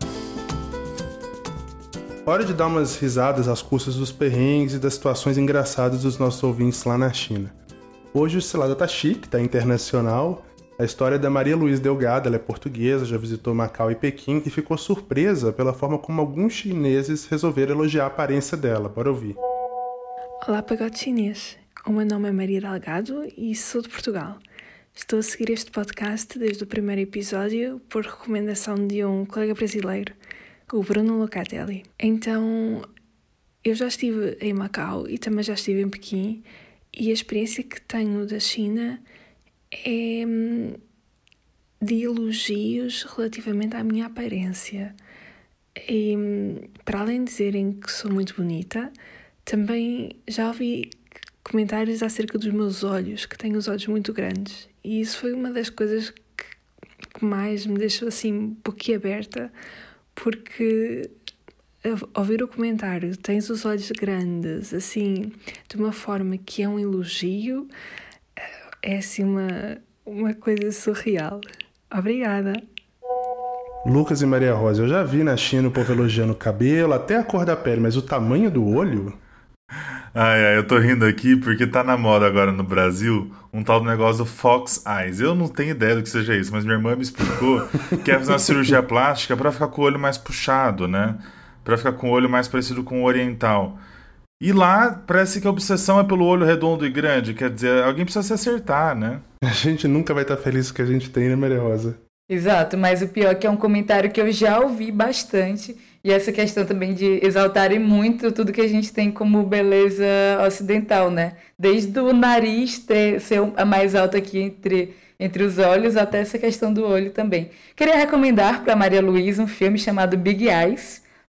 Speaker 1: Hora de dar umas risadas às custas dos perrengues e das situações engraçadas dos nossos ouvintes lá na China. Hoje o Cilada tá chique, tá internacional. A história é da Maria Luísa Delgado, ela é portuguesa, já visitou Macau e Pequim e ficou surpresa pela forma como alguns chineses resolveram elogiar a aparência dela. Bora ouvir.
Speaker 4: Olá, pagode chinês. O meu nome é Maria Delgado e sou de Portugal. Estou a seguir este podcast desde o primeiro episódio por recomendação de um colega brasileiro, o Bruno Locatelli. Então, eu já estive em Macau e também já estive em Pequim, e a experiência que tenho da China é de elogios relativamente à minha aparência. E, para além de dizerem que sou muito bonita, também já ouvi comentários acerca dos meus olhos, que tenho os olhos muito grandes. E isso foi uma das coisas que, que mais me deixou assim boquiaberta, porque ao ouvir o comentário, tens os olhos grandes, assim, de uma forma que é um elogio, é assim uma, uma coisa surreal. Obrigada.
Speaker 1: Lucas e Maria Rosa, eu já vi na China o povo elogiando o cabelo, até a cor da pele, mas o tamanho do olho...
Speaker 2: Ai, ai, eu tô rindo aqui porque tá na moda agora no Brasil um tal do negócio do Fox Eyes. Eu não tenho ideia do que seja isso, mas minha irmã me explicou que é fazer uma cirurgia plástica pra ficar com o olho mais puxado, né? Pra ficar com o olho mais parecido com o oriental. E lá parece que a obsessão é pelo olho redondo e grande, quer dizer, alguém precisa se acertar, né?
Speaker 1: A gente nunca vai estar feliz com o que a gente tem, né, Maria Rosa?
Speaker 3: Exato, mas o pior é que é um comentário que eu já ouvi bastante, e essa questão também de exaltarem muito tudo que a gente tem como beleza ocidental, né? Desde o nariz ter, ser a mais alta aqui entre, entre os olhos, até essa questão do olho também. Queria recomendar para Maria Luísa um filme chamado Big Eyes,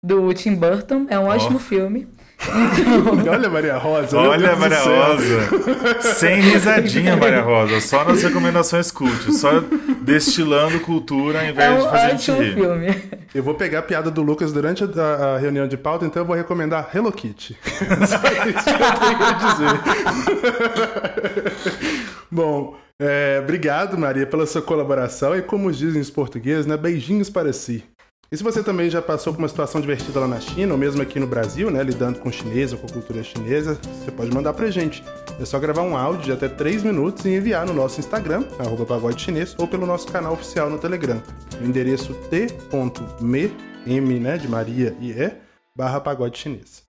Speaker 3: do Tim Burton. É um
Speaker 2: Oh.
Speaker 3: ótimo filme.
Speaker 1: Então... Olha, Maria Rosa.
Speaker 2: Olha, Maria Rosa. Sem risadinha, Maria Rosa. Só nas recomendações cult. Só destilando cultura ao invés
Speaker 3: É um
Speaker 2: de fazer a gente
Speaker 3: ótimo
Speaker 2: rir.
Speaker 3: filme.
Speaker 1: Eu vou pegar a piada do Lucas durante a, a reunião de pauta, então eu vou recomendar Hello Kitty. Só isso que eu tenho a dizer. Bom, é, obrigado, Maria, pela sua colaboração e, como dizem os portugueses, né, beijinhos para si. E se você também já passou por uma situação divertida lá na China, ou mesmo aqui no Brasil, né, lidando com chinês ou com a cultura chinesa, você pode mandar pra gente. É só gravar um áudio de até três minutos e enviar no nosso Instagram, arroba pagode chinês, ou pelo nosso canal oficial no Telegram, no endereço t.me, M, né, de Maria e E, barra pagode chinês.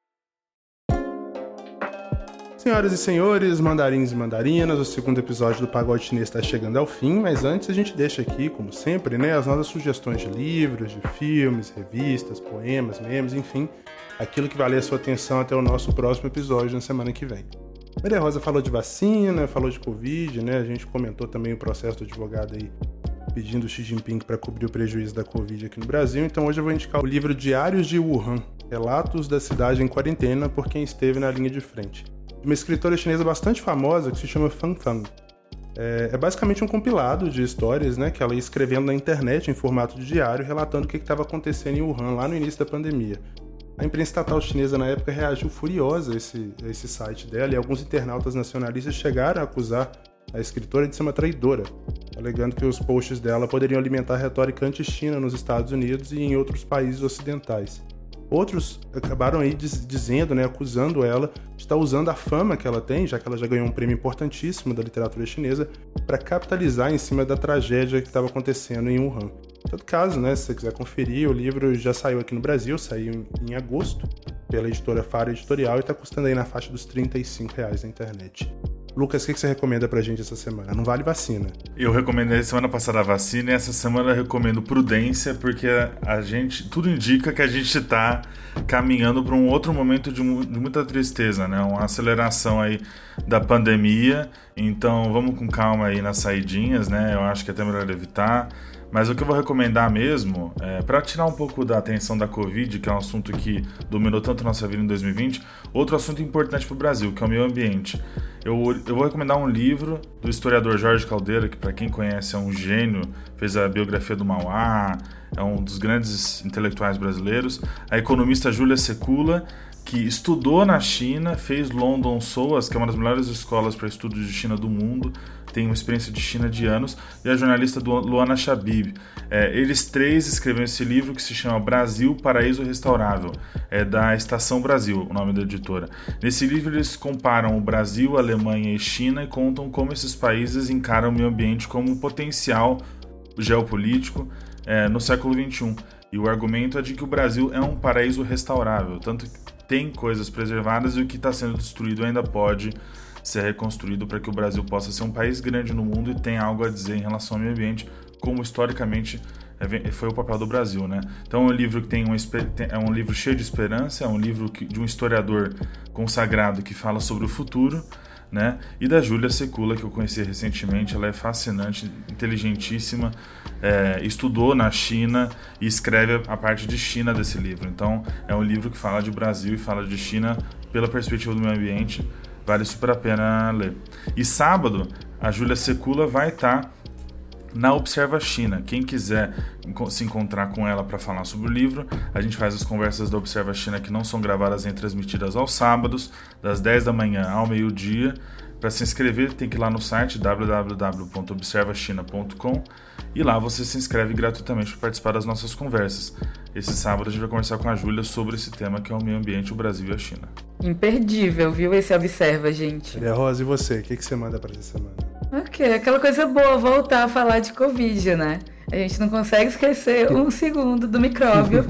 Speaker 1: Senhoras e senhores, mandarins e mandarinas, o segundo episódio do Pagode Chinês está chegando ao fim, mas antes a gente deixa aqui, como sempre, né, as nossas sugestões de livros, de filmes, revistas, poemas, memes, enfim, aquilo que vale a sua atenção até o nosso próximo episódio na semana que vem. Maria Rosa falou de vacina, falou de Covid, né, a gente comentou também o processo do advogado aí pedindo Xi Jinping para cobrir o prejuízo da Covid aqui no Brasil, então hoje eu vou indicar o livro Diários de Wuhan, Relatos da Cidade em Quarentena por quem esteve na linha de frente. Uma escritora chinesa bastante famosa que se chama Fan Fan. É, é basicamente um compilado de histórias, né, que ela ia escrevendo na internet em formato de diário, relatando o que estava acontecendo em Wuhan lá no início da pandemia. A imprensa estatal chinesa na época reagiu furiosa a esse, a esse site dela e alguns internautas nacionalistas chegaram a acusar a escritora de ser uma traidora, alegando que os posts dela poderiam alimentar a retórica anti-China nos Estados Unidos e em outros países ocidentais. Outros acabaram aí diz, dizendo, né, acusando ela de estar usando a fama que ela tem, já que ela já ganhou um prêmio importantíssimo da literatura chinesa, para capitalizar em cima da tragédia que estava acontecendo em Wuhan. Em todo caso, né, se você quiser conferir, o livro já saiu aqui no Brasil, saiu em, em agosto, pela editora Faro Editorial e está custando aí na faixa dos trinta e cinco reais na internet. Lucas, o que você recomenda pra gente essa semana? Não vale vacina.
Speaker 2: Eu recomendei semana passada a vacina e essa semana eu recomendo prudência, porque a gente, tudo indica que a gente tá caminhando para um outro momento de, de muita tristeza, né? Uma aceleração aí da pandemia, então vamos com calma aí nas saidinhas, né? Eu acho que é até melhor evitar. Mas o que eu vou recomendar mesmo, é, para tirar um pouco da atenção da Covid, que é um assunto que dominou tanto a nossa vida em dois mil e vinte, outro assunto importante para o Brasil, que é o meio ambiente. Eu, eu vou recomendar um livro do historiador Jorge Caldeira, que para quem conhece é um gênio, fez a biografia do Mauá, é um dos grandes intelectuais brasileiros, a economista Júlia Secula, que estudou na China, fez London S O A S, que é uma das melhores escolas para estudos de China do mundo, tem uma experiência de China de anos, e a jornalista Luana Chabib. É, eles três escreveram esse livro que se chama Brasil, Paraíso Restaurável, é da Estação Brasil, o nome da editora. Nesse livro eles comparam o Brasil, a Alemanha e China e contam como esses países encaram o meio ambiente como um potencial geopolítico é, no século vinte e um. E o argumento é de que o Brasil é um paraíso restaurável, tanto que tem coisas preservadas e o que está sendo destruído ainda pode ser reconstruído para que o Brasil possa ser um país grande no mundo e tenha algo a dizer em relação ao meio ambiente, como historicamente foi o papel do Brasil, né? Então é um livro que tem um, é um livro cheio de esperança, é um livro que, de um historiador consagrado que fala sobre o futuro, né? E da Júlia Secula, que eu conheci recentemente. Ela é fascinante, inteligentíssima, é, estudou na China e escreve a parte de China desse livro. Então é um livro que fala de Brasil e fala de China pela perspectiva do meio ambiente. Vale super a pena ler. E sábado, a Júlia Secula vai estar na Observa China. Quem quiser se encontrar com ela para falar sobre o livro, a gente faz as conversas da Observa China que não são gravadas nem transmitidas aos sábados, das dez da manhã ao meio-dia. Para se inscrever, tem que ir lá no site w w w ponto observa china ponto com e lá você se inscreve gratuitamente para participar das nossas conversas. Esse sábado a gente vai conversar com a Júlia sobre esse tema que é o meio ambiente, o Brasil e a China.
Speaker 3: Imperdível, viu? Esse Observa, gente.
Speaker 1: Maria Rosa, e você? O que, que você manda para essa semana?
Speaker 3: Ok, aquela coisa boa, voltar a falar de Covid, né? A gente não consegue esquecer um segundo do micróbio.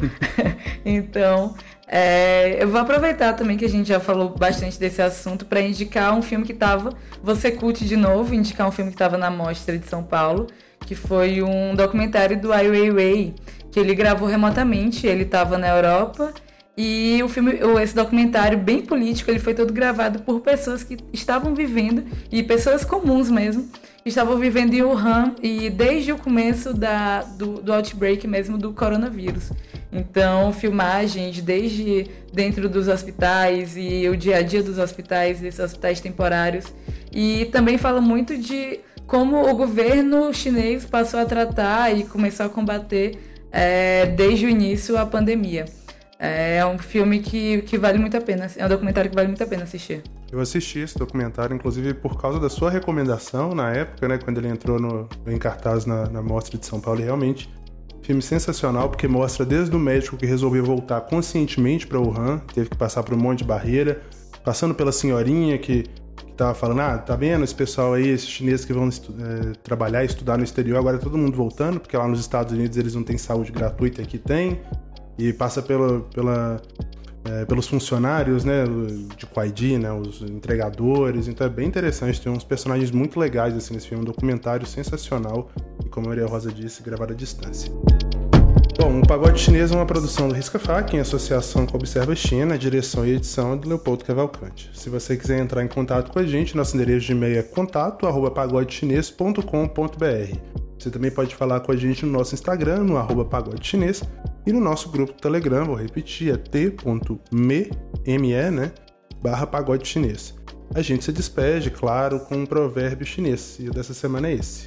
Speaker 3: Então, é, eu vou aproveitar também que a gente já falou bastante desse assunto para indicar um filme que estava, você curte de novo, indicar um filme que estava na Mostra de São Paulo, que foi um documentário do Ai Weiwei, que ele gravou remotamente, ele estava na Europa. E o filme, esse documentário bem político, ele foi todo gravado por pessoas que estavam vivendo, e pessoas comuns mesmo, que estavam vivendo em Wuhan, e desde o começo da, do, do outbreak mesmo do coronavírus. Então, filmagens desde dentro dos hospitais e o dia a dia dos hospitais, desses hospitais temporários. E também fala muito de como o governo chinês passou a tratar e começou a combater é, desde o início a pandemia. É um filme que, que vale muito a pena, é um documentário que vale muito a pena assistir.
Speaker 1: Eu assisti esse documentário, inclusive, por causa da sua recomendação na época, né, quando ele entrou no, em cartaz na, na Mostra de São Paulo, e realmente, filme sensacional, porque mostra desde o médico que resolveu voltar conscientemente para Wuhan, teve que passar por um monte de barreira, passando pela senhorinha que, que tava falando, ah, tá vendo esse pessoal aí, esses chineses que vão estu- é, trabalhar e estudar no exterior, agora é todo mundo voltando, porque lá nos Estados Unidos eles não têm saúde gratuita, aqui tem. E passa pela, pela, é, pelos funcionários, né, de Kuaidi, né, os entregadores. Então é bem interessante, tem uns personagens muito legais assim, nesse filme, um documentário sensacional. E como a Maria Rosa disse, gravado à distância. Bom, o Pagode Chinês é uma produção do Risca-Faca, em associação com a Observa China, a direção e edição é do Leopoldo Cavalcante. Se você quiser entrar em contato com a gente, nosso endereço de e-mail é contato arroba pagodechinês ponto com ponto b r. Você também pode falar com a gente no nosso Instagram, no arroba pagodechinês, e no nosso grupo do Telegram, vou repetir, é t.me, né, barra pagode chinês. A gente se despede, claro, com um provérbio chinês, e o dessa semana é esse.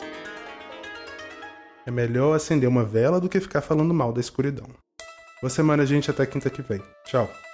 Speaker 1: É melhor acender uma vela do que ficar falando mal da escuridão. Boa semana, gente, até quinta que vem. Tchau.